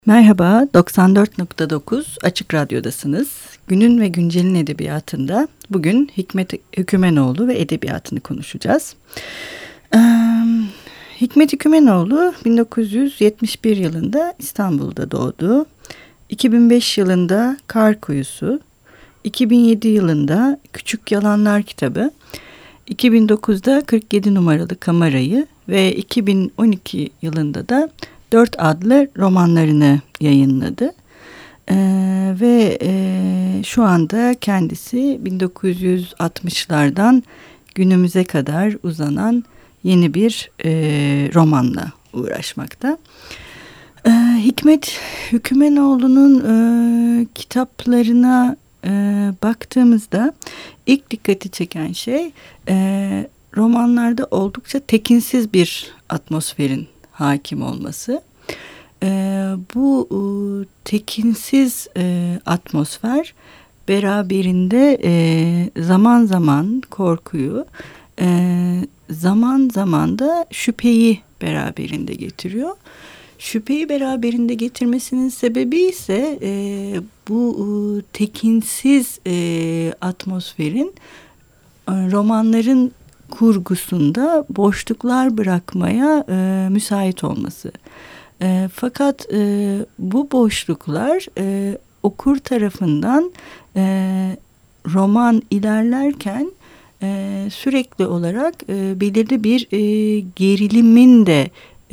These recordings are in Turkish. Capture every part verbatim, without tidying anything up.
Merhaba, doksan dört nokta dokuz Açık Radyo'dasınız. Günün ve Güncel'in edebiyatında bugün Hikmet Hükümenoğlu ve edebiyatını konuşacağız. Ee, Hikmet Hükümenoğlu bin dokuz yüz yetmiş bir yılında İstanbul'da doğdu. iki bin beş yılında Kar Kuyusu, iki bin yedi yılında Küçük Yalanlar kitabı, iki bin dokuzda kırk yedi numaralı Kamarayı ve iki bin on iki yılında da Dört adlı romanlarını yayınladı. Ee, ve e, şu anda kendisi bin dokuz yüz altmışlardan günümüze kadar uzanan yeni bir e, romanla uğraşmakta. Ee, Hikmet Hükümenoğlu'nun e, kitaplarına e, baktığımızda ilk dikkati çeken şey e, romanlarda oldukça tekinsiz bir atmosferin hakim olması. Ee, bu e, tekinsiz e, atmosfer beraberinde e, zaman zaman korkuyu, e, zaman zaman da şüpheyi beraberinde getiriyor. Şüpheyi beraberinde getirmesinin sebebi ise e, bu e, tekinsiz e, atmosferin e, romanların kurgusunda boşluklar bırakmaya e, müsait olması. E, fakat e, bu boşluklar e, okur tarafından e, roman ilerlerken e, sürekli olarak e, belirli bir e, gerilimin de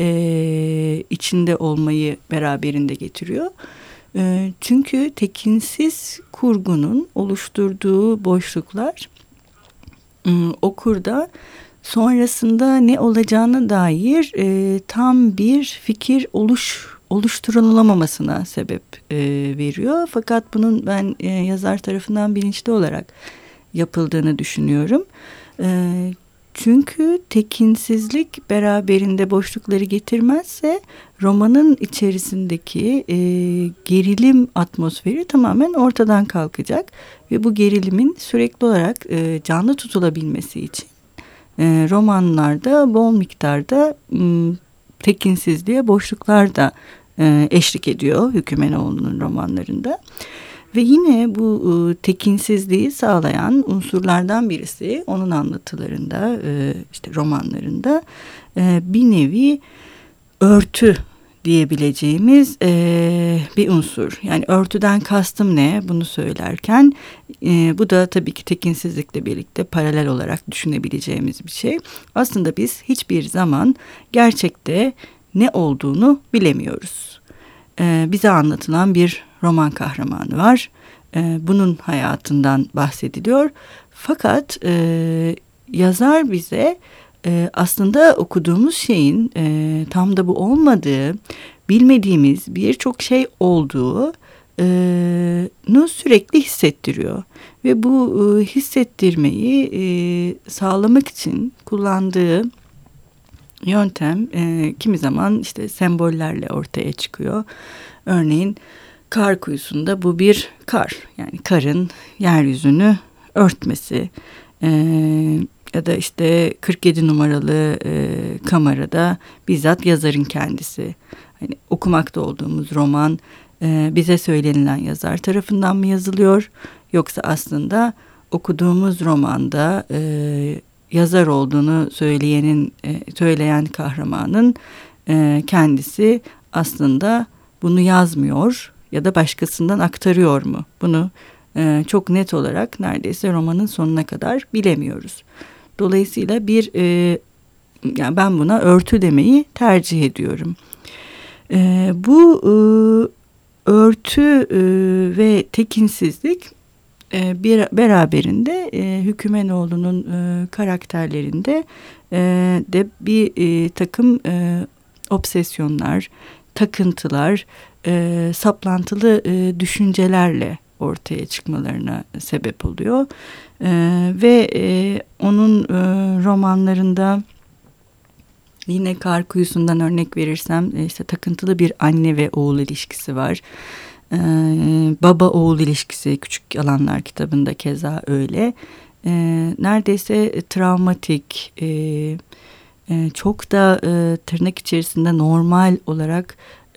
e, içinde olmayı beraberinde getiriyor. E, çünkü tekinsiz kurgunun oluşturduğu boşluklar okurda sonrasında ne olacağına dair e, tam bir fikir oluş oluşturulamamasına sebep e, veriyor. Fakat bunun ben e, yazar tarafından bilinçli olarak yapıldığını düşünüyorum. E, çünkü tekinsizlik beraberinde boşlukları getirmezse romanın içerisindeki e, gerilim atmosferi tamamen ortadan kalkacak ve bu gerilimin sürekli olarak e, canlı tutulabilmesi için e, romanlarda bol miktarda e, tekinsizliğe boşluklar da e, eşlik ediyor Hükümenoğlu'nun romanlarında. Ve yine bu e, tekinsizliği sağlayan unsurlardan birisi onun anlatılarında, e, işte romanlarında e, bir nevi örtü diyebileceğimiz e, bir unsur. Yani örtüden kastım ne? Bunu söylerken e, bu da tabii ki tekinsizlikle birlikte paralel olarak düşünebileceğimiz bir şey. Aslında biz hiçbir zaman gerçekte ne olduğunu bilemiyoruz. E, bize anlatılan bir roman kahramanı var. E, bunun hayatından bahsediliyor. Fakat e, yazar bize e, aslında okuduğumuz şeyin e, tam da bu olmadığı, bilmediğimiz birçok şey olduğunu e, sürekli hissettiriyor. Ve bu e, hissettirmeyi e, sağlamak için kullandığı yöntem e, kimi zaman işte sembollerle ortaya çıkıyor. Örneğin Kar Kuyusu'nda bu bir kar, yani karın yeryüzünü örtmesi e, ya da işte kırk yedi numaralı e, Kamarada bizzat yazarın kendisi. Hani okumakta olduğumuz roman e, bize söylenilen yazar tarafından mı yazılıyor, yoksa aslında okuduğumuz romanda e, yazar olduğunu söyleyenin e, söyleyen kahramanın e, kendisi aslında bunu yazmıyor ya da başkasından aktarıyor mu? Bunu e, çok net olarak neredeyse romanın sonuna kadar bilemiyoruz. Dolayısıyla bir e, yani ben buna örtü demeyi tercih ediyorum. E, bu e, örtü e, ve tekinsizlik e, bir beraberinde e, Hükümenoğlu'nun e, karakterlerinde e, de bir e, takım e, obsesyonlar, takıntılar, e, saplantılı e, düşüncelerle ortaya çıkmalarına sebep oluyor. E, ve e, onun e, romanlarında yine Kar Kuyusu'ndan örnek verirsem e, işte takıntılı bir anne ve oğul ilişkisi var. E, baba oğul ilişkisi Küçük Yalanlar kitabında keza öyle. E, neredeyse travmatik, e, e, çok da e, tırnak içerisinde normal olarak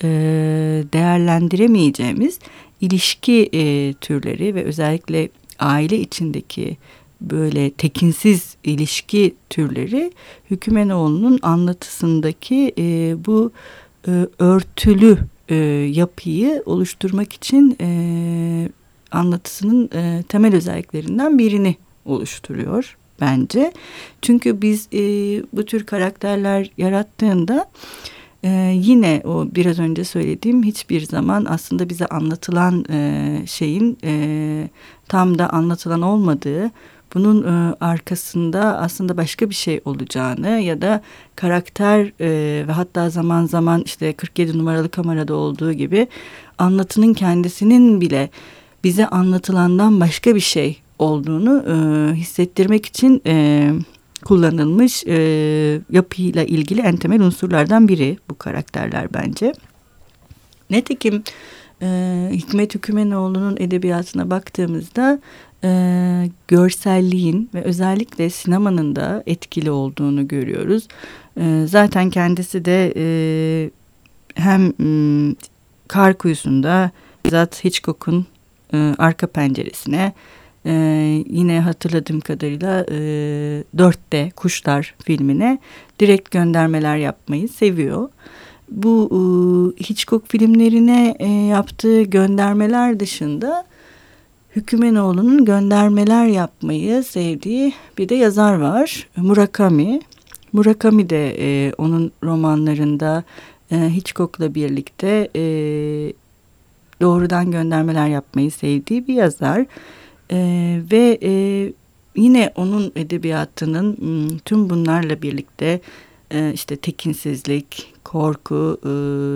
e, değerlendiremeyeceğimiz ilişki e, türleri ve özellikle aile içindeki böyle tekinsiz ilişki türleri Hükümenoğlu'nun anlatısındaki e, bu e, örtülü e, yapıyı oluşturmak için e, anlatısının e, temel özelliklerinden birini oluşturuyor bence. Çünkü biz e, bu tür karakterler yarattığında e, yine o biraz önce söylediğim hiçbir zaman aslında bize anlatılan e, şeyin e, tam da anlatılan olmadığı, bunun e, arkasında aslında başka bir şey olacağını ya da karakter e, ve hatta zaman zaman işte kırk yedi numaralı kamerada olduğu gibi anlatının kendisinin bile bize anlatılandan başka bir şey olduğunu e, hissettirmek için e, kullanılmış e, yapıyla ilgili en temel unsurlardan biri bu karakterler bence. Nitekim e, Hikmet Hükümenoğlu'nun edebiyatına baktığımızda e, görselliğin ve özellikle sinemanın da etkili olduğunu görüyoruz. E, zaten kendisi de e, hem m, Kar Kuyusu'nda bizzat Hitchcock'un e, Arka Penceresine, e, yine hatırladığım kadarıyla e, dörtte Kuşlar filmine direkt göndermeler yapmayı seviyor. Bu e, Hitchcock filmlerine e, yaptığı göndermeler dışında Hükümenoğlu'nun göndermeler yapmayı sevdiği bir de yazar var, Murakami. Murakami de e, onun romanlarında e, Hitchcock'la birlikte e, doğrudan göndermeler yapmayı sevdiği bir yazar. E, ve e, yine onun edebiyatının m, tüm bunlarla birlikte e, işte tekinsizlik, korku, e,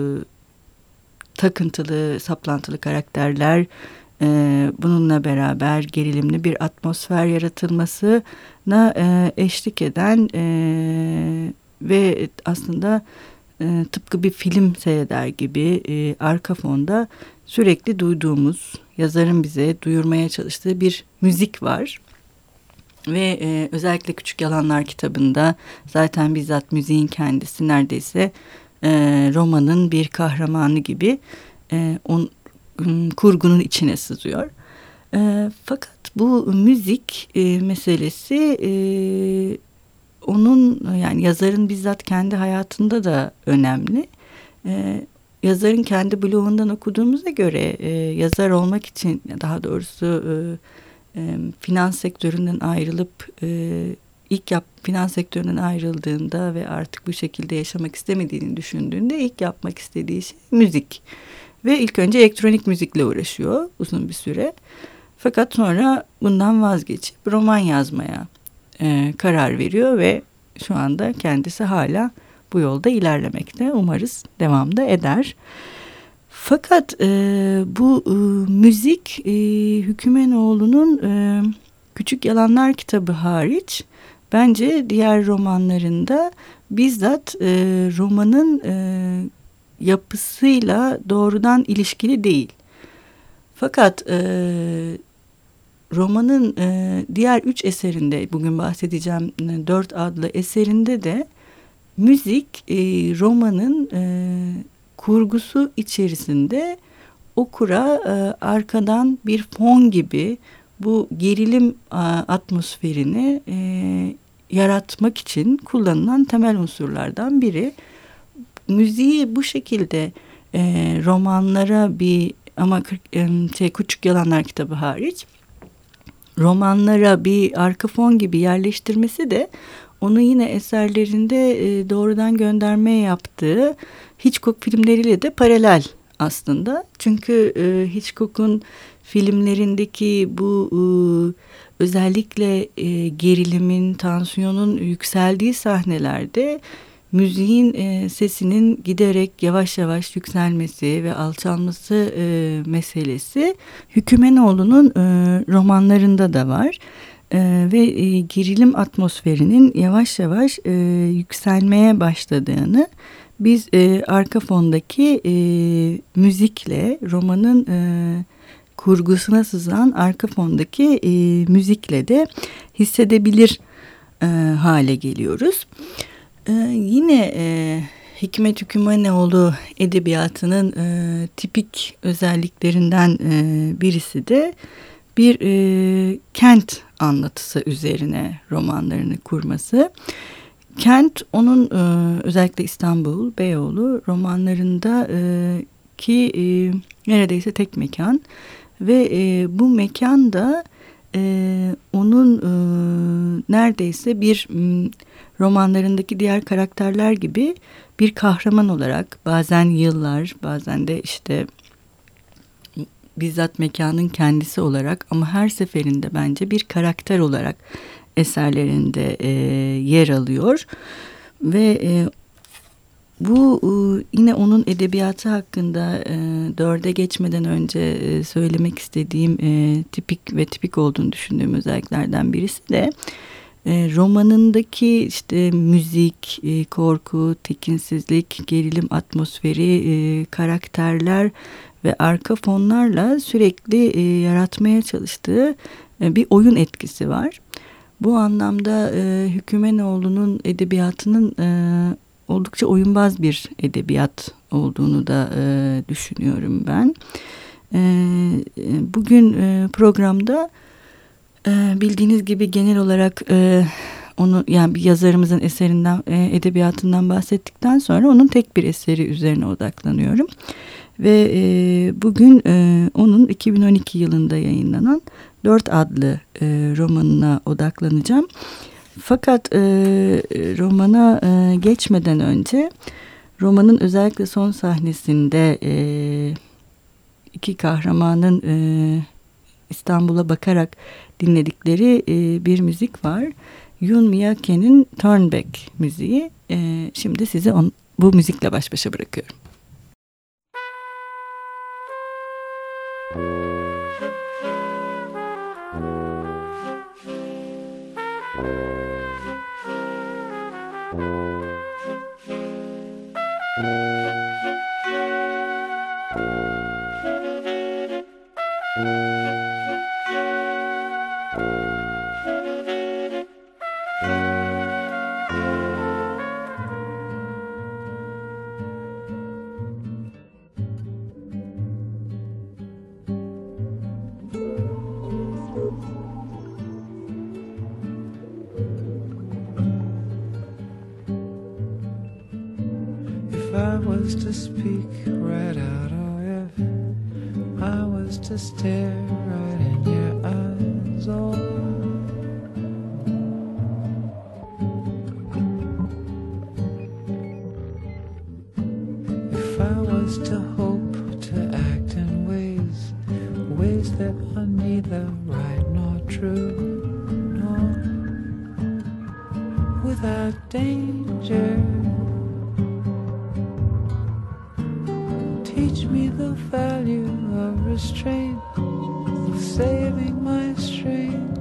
takıntılı, saplantılı karakterler, e, bununla beraber gerilimli bir atmosfer yaratılmasına e, eşlik eden e, ve aslında e, tıpkı bir film seyreder gibi e, arka fonda sürekli duyduğumuz, yazarın bize duyurmaya çalıştığı bir müzik var. Ve e, özellikle Küçük Yalanlar kitabında zaten bizzat müziğin kendisi neredeyse e, romanın bir kahramanı gibi e, on, kurgunun içine sızıyor. E, fakat bu müzik e, meselesi e, onun, yani yazarın bizzat kendi hayatında da önemli. E, yazarın kendi blogundan okuduğumuza göre e, yazar olmak için, daha doğrusu e, e, finans sektöründen ayrılıp e, ilk yap finans sektöründen ayrıldığında ve artık bu şekilde yaşamak istemediğini düşündüğünde ilk yapmak istediği şey müzik. Ve ilk önce elektronik müzikle uğraşıyor uzun bir süre. Fakat sonra bundan vazgeçip roman yazmaya e, karar veriyor ve şu anda kendisi hala bu yolda ilerlemekte. Umarız devam da eder. Fakat e, bu e, müzik e, Hükümenoğlu'nun e, Küçük Yalanlar kitabı hariç bence diğer romanlarında bizzat e, romanın e, yapısıyla doğrudan ilişkili değil. Fakat e, romanın e, diğer üç eserinde, bugün bahsedeceğim e, dört adlı eserinde de müzik e, romanın e, kurgusu içerisinde okura e, arkadan bir fon gibi bu gerilim e, atmosferini e, yaratmak için kullanılan temel unsurlardan biri. Müziği bu şekilde e, romanlara bir ama e, şey, Küçük Yalanlar kitabı hariç romanlara bir arka fon gibi yerleştirmesi de onu yine eserlerinde e, doğrudan gönderme yaptığı Hitchcock filmleriyle de paralel aslında. Çünkü e, Hitchcock'un filmlerindeki bu e, özellikle e, gerilimin, tansiyonun yükseldiği sahnelerde müziğin e, sesinin giderek yavaş yavaş yükselmesi ve alçalması e, meselesi Hükümenoğlu'nun e, romanlarında da var. E, ve e, gerilim atmosferinin yavaş yavaş e, yükselmeye başladığını biz e, arka fondaki e, müzikle, romanın e, kurgusuna sızan arka fondaki e, müzikle de hissedebilir e, hale geliyoruz. Ee, yine e, Hikmet Hükümanoğlu edebiyatının e, tipik özelliklerinden e, birisi de bir e, kent anlatısı üzerine romanlarını kurması. Kent onun e, özellikle İstanbul, Beyoğlu romanlarında e, ki e, neredeyse tek mekan ve e, bu mekan da e, onun e, neredeyse bir m, romanlarındaki diğer karakterler gibi bir kahraman olarak bazen yıllar, bazen de işte bizzat mekanın kendisi olarak ama her seferinde bence bir karakter olarak eserlerinde e, yer alıyor ve e, bu e, yine onun edebiyatı hakkında e, dörde geçmeden önce e, söylemek istediğim e, tipik ve tipik olduğunu düşündüğüm özelliklerden birisi de e, romanındaki işte müzik, e, korku, tekinsizlik, gerilim atmosferi, e, karakterler ve arka fonlarla sürekli e, yaratmaya çalıştığı e, bir oyun etkisi var. Bu anlamda e, Hükümanoğlu'nun edebiyatının e, oldukça oyunbaz bir edebiyat olduğunu da e, düşünüyorum ben. E, bugün e, programda e, bildiğiniz gibi genel olarak e, onu yani bir yazarımızın eserinden, e, edebiyatından bahsettikten sonra onun tek bir eseri üzerine odaklanıyorum. Ve e, bugün e, onun iki bin on iki yılında yayınlanan Dört adlı e, romanına odaklanacağım. Fakat e, romana e, geçmeden önce romanın özellikle son sahnesinde e, iki kahramanın e, İstanbul'a bakarak dinledikleri e, bir müzik var. Yun Miyake'nin Turn Back müziği. E, şimdi sizi on, bu müzikle baş başa bırakıyorum. If I was to speak right out, or if I was to stare right in your eyes, or if I was to hope to act in ways, ways that are neither right nor true, nor without danger. Teach me the value of restraint, of saving my strength,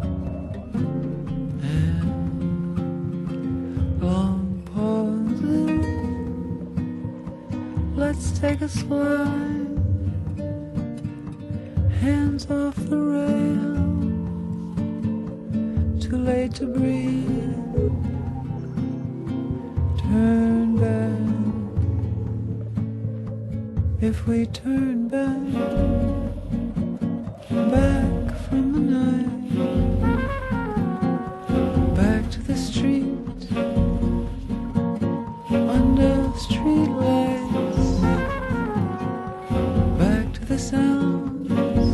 and long pauses. Let's take a slide, hands off the rail, too late to breathe, turn back. If we turn back, back from the night, back to the street, under street lights, back to the sounds,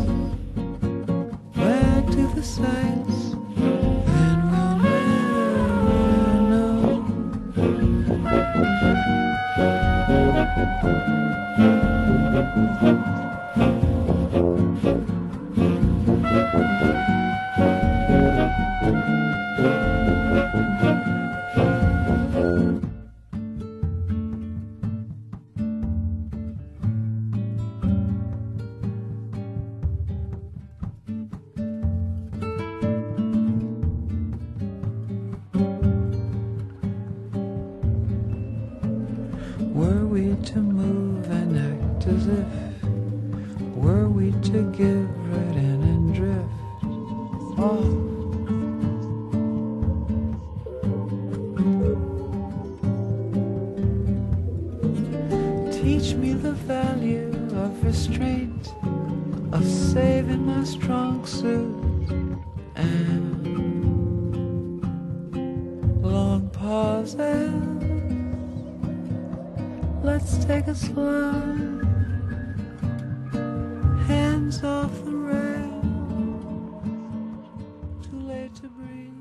back to the sights, then we'll never know. Were we to move and act as if, were we to give right in and drift off, restraint of saving my strong suit and long pauses. Let's take a slide, hands off the rail, too late to breathe.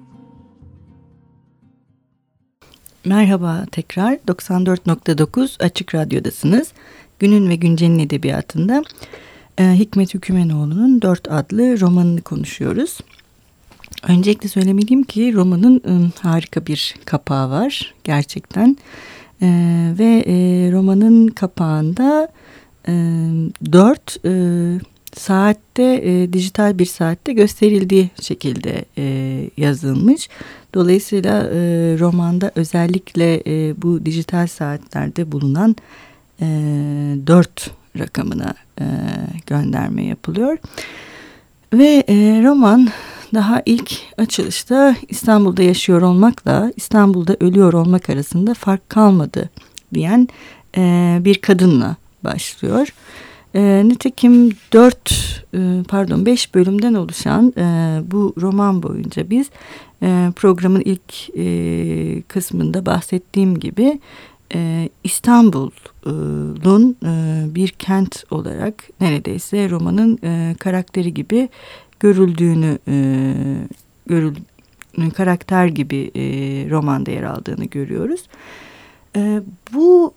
Merhaba tekrar, doksan dört nokta dokuz Açık Radyo'dasınız. Günün ve Güncel'in edebiyatında e, Hikmet Hükümenoğlu'nun Dört adlı romanını konuşuyoruz. Öncelikle söylemeliyim ki romanın e, harika bir kapağı var gerçekten. E, ve e, romanın kapağında e, dört e, saatte, e, dijital bir saatte gösterildiği şekilde e, yazılmış. Dolayısıyla e, romanda özellikle e, bu dijital saatlerde bulunan e, dört rakamına e, gönderme yapılıyor. Ve e, roman daha ilk açılışta İstanbul'da yaşıyor olmakla İstanbul'da ölüyor olmak arasında fark kalmadı diyen e, bir kadınla başlıyor. E, nitekim dört e, pardon beş bölümden oluşan e, bu roman boyunca biz e, programın ilk e, kısmında bahsettiğim gibi e, İstanbul'un e, bir kent olarak neredeyse romanın e, karakteri gibi görüldüğünü e, görül, karakter gibi e, romanda yer aldığını görüyoruz. E, bu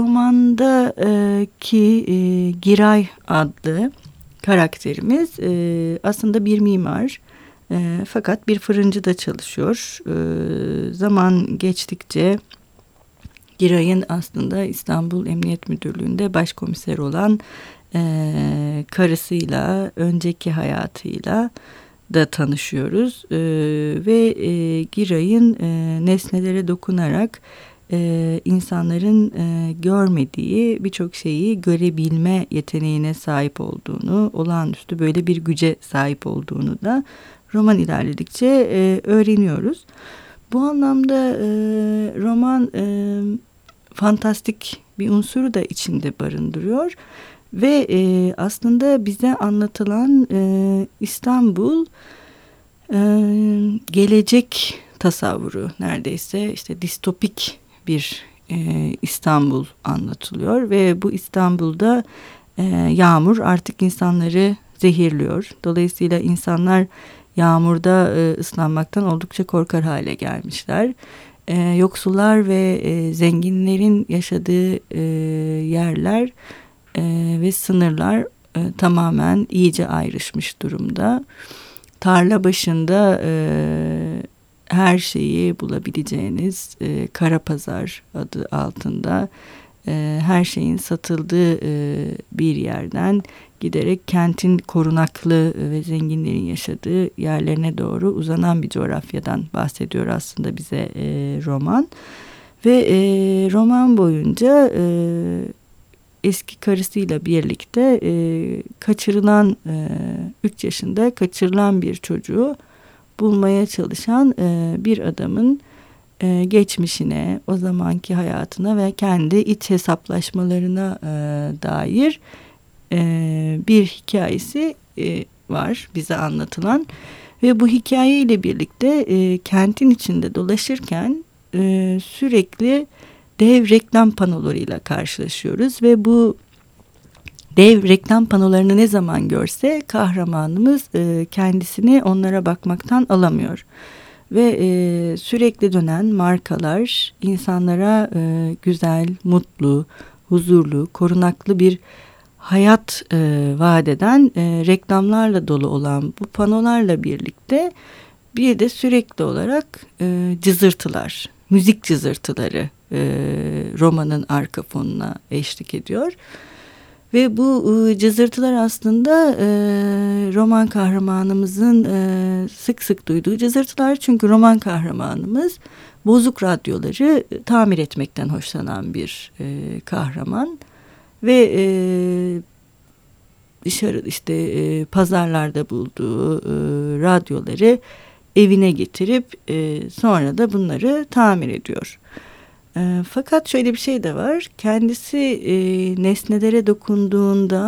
romandaki e, Giray adlı karakterimiz e, aslında bir mimar, e, fakat bir fırıncıda çalışıyor. E, zaman geçtikçe Giray'ın aslında İstanbul Emniyet Müdürlüğü'nde başkomiser olan e, karısıyla, önceki hayatıyla da tanışıyoruz. E, ve e, Giray'ın e, nesnelere dokunarak Ee, insanların e, görmediği birçok şeyi görebilme yeteneğine sahip olduğunu, olağanüstü böyle bir güce sahip olduğunu da roman ilerledikçe e, öğreniyoruz. Bu anlamda e, roman e, fantastik bir unsuru da içinde barındırıyor ve e, aslında bize anlatılan e, İstanbul e, gelecek tasavvuru, neredeyse işte distopik bir e, İstanbul anlatılıyor ve bu İstanbul'da e, yağmur artık insanları zehirliyor. Dolayısıyla insanlar yağmurda e, ıslanmaktan oldukça korkar hale gelmişler. E, yoksullar ve e, zenginlerin yaşadığı e, yerler e, ve sınırlar e, tamamen iyice ayrışmış durumda. Tarla başında e, her şeyi bulabileceğiniz e, Karapazar adı altında e, her şeyin satıldığı e, bir yerden giderek kentin korunaklı ve zenginlerin yaşadığı yerlerine doğru uzanan bir coğrafyadan bahsediyor aslında bize e, roman. Ve e, roman boyunca e, eski karısıyla birlikte e, kaçırılan e, üç yaşında kaçırılan bir çocuğu bulmaya çalışan e, bir adamın e, geçmişine, o zamanki hayatına ve kendi iç hesaplaşmalarına e, dair e, bir hikayesi e, var bize anlatılan. Ve bu hikayeyle birlikte e, kentin içinde dolaşırken e, sürekli dev reklam panolarıyla karşılaşıyoruz ve bu dev reklam panolarını ne zaman görse kahramanımız e, kendisini onlara bakmaktan alamıyor. Ve e, sürekli dönen markalar insanlara e, güzel, mutlu, huzurlu, korunaklı bir hayat e, vaat eden e, reklamlarla dolu olan bu panolarla birlikte bir de sürekli olarak e, cızırtılar, müzik cızırtıları e, romanın arka fonuna eşlik ediyor. Ve bu e, cızırtılar aslında e, roman kahramanımızın e, sık sık duyduğu cızırtılar. Çünkü roman kahramanımız bozuk radyoları e, tamir etmekten hoşlanan bir e, kahraman. Ve e, dışarı işte e, pazarlarda bulduğu e, radyoları evine getirip e, sonra da bunları tamir ediyor. E, fakat şöyle bir şey de var. Kendisi e, nesnelere dokunduğunda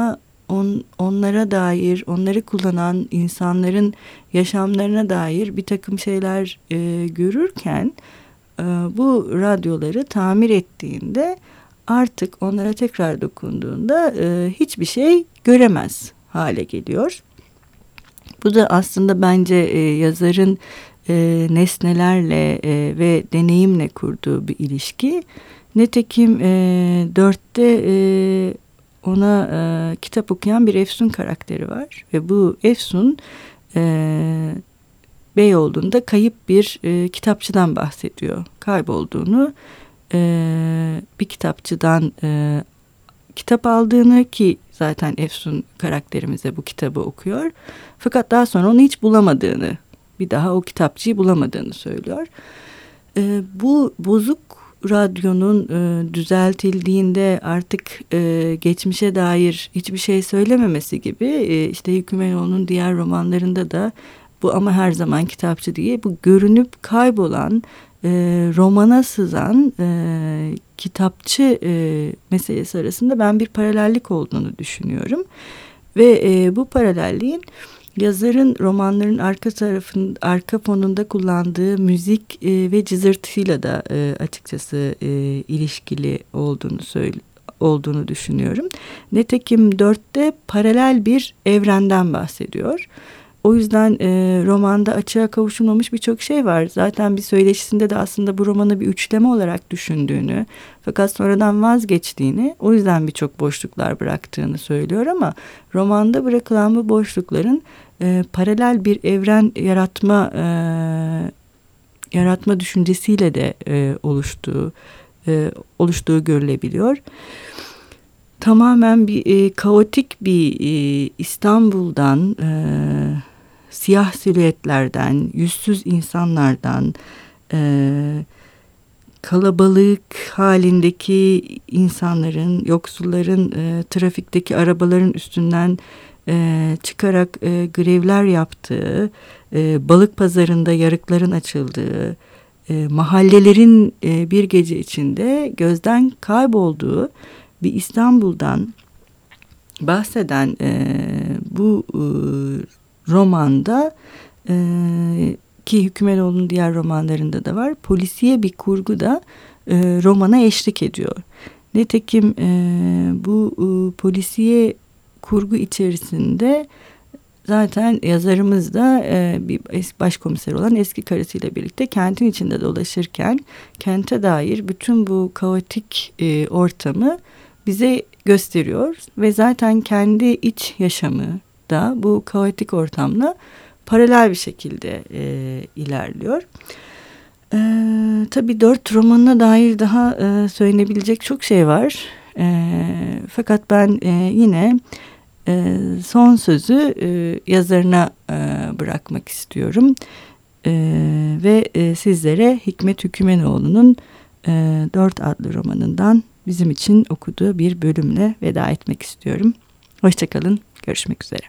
on, onlara dair, onları kullanan insanların yaşamlarına dair bir takım şeyler e, görürken e, bu radyoları tamir ettiğinde artık onlara tekrar dokunduğunda e, hiçbir şey göremez hale geliyor. Bu da aslında bence e, yazarın e, nesnelerle e, ve deneyimle kurduğu bir ilişki. Nitekim e, dörtte e, ona e, kitap okuyan bir Efsun karakteri var. Ve bu Efsun e, Beyoğlu'nda kayıp bir e, kitapçıdan bahsediyor. Kaybolduğunu, e, bir kitapçıdan e, kitap aldığını, ki zaten Efsun karakterimize bu kitabı okuyor. Fakat daha sonra onu hiç bulamadığını, bir daha o kitapçıyı bulamadığını söylüyor. E, bu bozuk radyonun e, düzeltildiğinde artık e, geçmişe dair hiçbir şey söylememesi gibi e, işte Hükümenoğlu'nun diğer romanlarında da bu ama her zaman kitapçı diye bu görünüp kaybolan, e, romana sızan e, kitapçı e, meselesi arasında ben bir paralellik olduğunu düşünüyorum. Ve e, bu paralelliğin yazarın romanların arka tarafın arka fonunda kullandığı müzik e, ve cızırtıyla da e, açıkçası e, ilişkili olduğunu söyle olduğunu düşünüyorum. Nitekim dörtte paralel bir evrenden bahsediyor. O yüzden e, romanda açığa kavuşulmamış birçok şey var. Zaten bir söyleşisinde de aslında bu romanı bir üçleme olarak düşündüğünü, fakat sonradan vazgeçtiğini, o yüzden birçok boşluklar bıraktığını söylüyor. Ama romanda bırakılan bu boşlukların e, paralel bir evren yaratma e, yaratma düşüncesiyle de e, oluştuğu e, oluştuğu görülebiliyor. Tamamen bir e, kaotik bir e, İstanbul'dan, e, siyah silüetlerden, yüzsüz insanlardan, e, kalabalık halindeki insanların, yoksulların e, trafikteki arabaların üstünden e, çıkarak e, grevler yaptığı, e, balık pazarında yarıkların açıldığı, e, mahallelerin e, bir gece içinde gözden kaybolduğu bir İstanbul'dan bahseden e, bu e, romanda, e, ki Hükümenoğlu'nun diğer romanlarında da var, polisiye bir kurgu da e, romana eşlik ediyor. Nitekim e, bu e, polisiye kurgu içerisinde zaten yazarımız da e, bir başkomiser olan eski karısıyla birlikte kentin içinde dolaşırken kente dair bütün bu kaotik e, ortamı bize gösteriyor ve zaten kendi iç yaşamı da bu kaotik ortamla paralel bir şekilde e, ilerliyor. E, tabii dört romanına dair daha e, söylenebilecek çok şey var. E, fakat ben e, yine e, son sözü e, yazarına e, bırakmak istiyorum. E, ve e, sizlere Hikmet Hükümenoğlu'nun e, Dört adlı romanından bizim için okuduğu bir bölümle veda etmek istiyorum. Hoşçakalın, görüşmek üzere.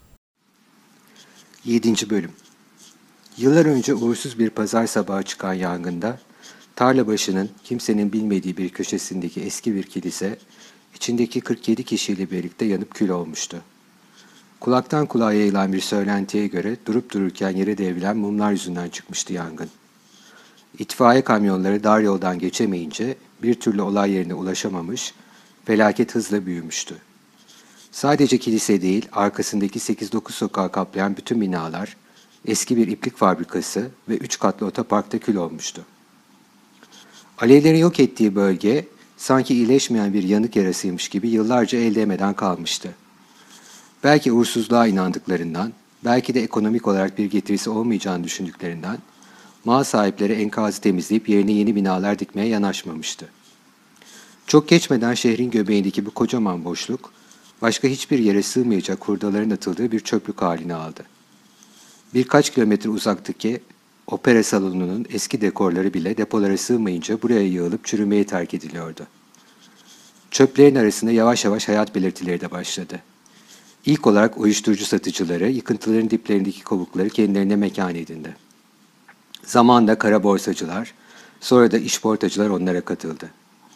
Yedinci bölüm. Yıllar önce uğursuz bir pazar sabahı çıkan yangında, tarla başının kimsenin bilmediği bir köşesindeki eski bir kilise, içindeki kırk yedi kişiyle birlikte yanıp kül olmuştu. Kulaktan kulağa yayılan bir söylentiye göre durup dururken yere devrilen mumlar yüzünden çıkmıştı yangın. İtfaiye kamyonları dar yoldan geçemeyince bir türlü olay yerine ulaşamamış, felaket hızla büyümüştü. Sadece kilise değil, arkasındaki sekiz dokuz sokağı kaplayan bütün binalar, eski bir iplik fabrikası ve üç katlı otoparkta kül olmuştu. Alevleri yok ettiği bölge, sanki iyileşmeyen bir yanık yarasıymış gibi yıllarca el değmeden kalmıştı. Belki uğursuzluğa inandıklarından, belki de ekonomik olarak bir getirisi olmayacağını düşündüklerinden, mal sahipleri enkazı temizleyip yerine yeni binalar dikmeye yanaşmamıştı. Çok geçmeden şehrin göbeğindeki bu kocaman boşluk, başka hiçbir yere sığmayacak hurdaların atıldığı bir çöplük halini aldı. Birkaç kilometre uzaktaki opera salonunun eski dekorları bile depolara sığmayınca buraya yığılıp çürümeye terk ediliyordu. Çöplerin arasında yavaş yavaş hayat belirtileri de başladı. İlk olarak uyuşturucu satıcıları, yıkıntıların diplerindeki kovukları kendilerine mekan edindi. Zamanla kara borsacılar, sonra da işportacılar onlara katıldı.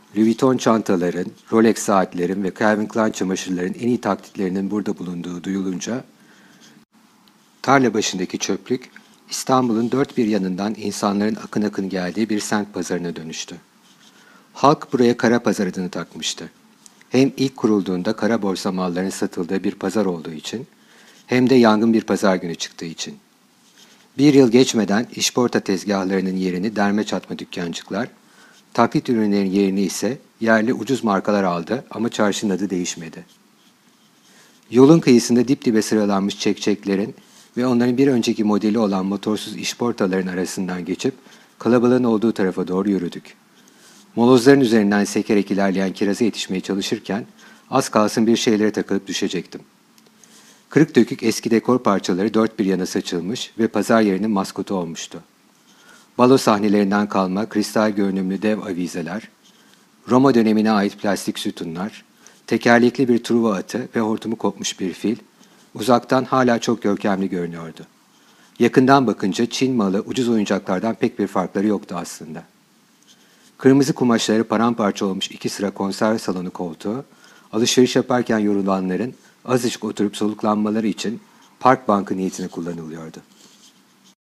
Louis Vuitton çantaların, Rolex saatlerin ve Calvin Klein çamaşırların en iyi taklitlerinin burada bulunduğu duyulunca, tarla başındaki çöplük, İstanbul'un dört bir yanından insanların akın akın geldiği bir semt pazarına dönüştü. Halk buraya kara pazar adını takmıştı. Hem ilk kurulduğunda kara borsa mallarının satıldığı bir pazar olduğu için, hem de yangın bir pazar günü çıktığı için. Bir yıl geçmeden işporta tezgahlarının yerini derme çatma dükkancıklar, taklit ürünlerin yerini ise yerli ucuz markalar aldı ama çarşının adı değişmedi. Yolun kıyısında dip dibe sıralanmış çekçeklerin ve onların bir önceki modeli olan motorsuz işportaların arasından geçip kalabalığın olduğu tarafa doğru yürüdük. Molozların üzerinden sekerek ilerleyen kiraza yetişmeye çalışırken az kalsın bir şeylere takılıp düşecektim. Kırık dökük eski dekor parçaları dört bir yana saçılmış ve pazar yerinin maskotu olmuştu. Balo sahnelerinden kalma kristal görünümlü dev avizeler, Roma dönemine ait plastik sütunlar, tekerlekli bir truva atı ve hortumu kopmuş bir fil, uzaktan hala çok görkemli görünüyordu. Yakından bakınca Çin malı ucuz oyuncaklardan pek bir farkları yoktu aslında. Kırmızı kumaşları paramparça olmuş iki sıra konserve salonu koltuğu, alışveriş yaparken yorulanların azıcık oturup soluklanmaları için park bankı niyetine kullanılıyordu.